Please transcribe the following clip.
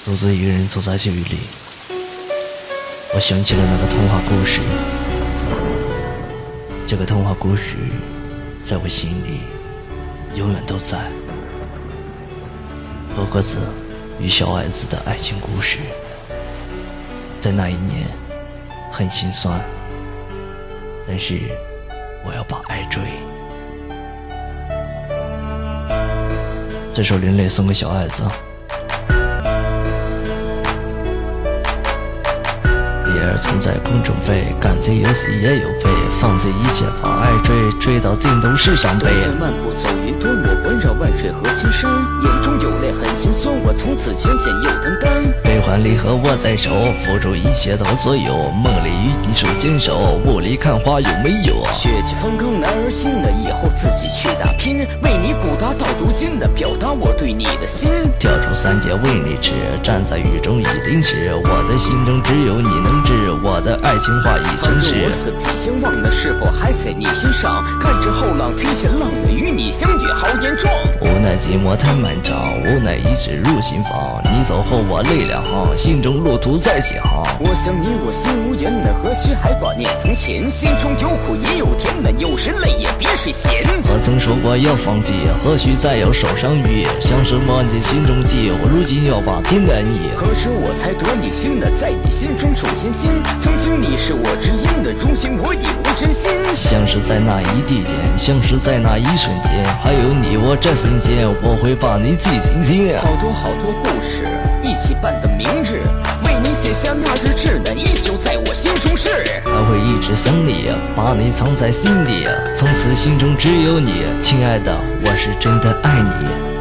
独自一个人走在雪域里，我想起了那个童话故事。这个童话故事在我心里永远都在。鹅鸽子与小矮子的爱情故事，在那一年很心酸，但是我要把爱追。这首林磊送给小矮子。蝶儿曾在空中飞，感情有喜也有悲，放弃一切把爱追，追到尽头是伤悲。 独自漫步走云端，我环绕万水和千山，眼中有泪很心酸，我从此浅显又担当。 悲欢离合握在手，付出一切都所有，梦里与你手牵手，雾里看花有没有？ 血气方刚男儿心的，以后自己去打拼，为你鼓达到如今的，表达我对你的心。 跳出三界为你痴，站在雨中一定是我的心中只有你能知，我的爱情话已成诗。 我死皮相望的是否还在你心上？看着后浪推前浪的，与你相遇好言壮。 无奈寂寞太漫长，无奈一直入心房，你走后我泪两行，心中路途再起航。 我想你我心无言的，何须还挂念从前？心中有苦也有甜的，有时泪也别睡闲。 我曾说过要放弃，何须再有受伤于？像是忘记心中记，我如今要把天感忆。 何时我才得你心的，在你心中重现心？曾经你是我知音的，如今我已无真心。 像是在那一地点，像是在那一瞬间，还有你我这心间，我会把你记紧紧。 好多好多故事一起伴的明日，为你写下那日志的，依旧在我心中是。 还会一直想你，把你藏在心底，从此心中只有你，亲爱的，我是真的爱你。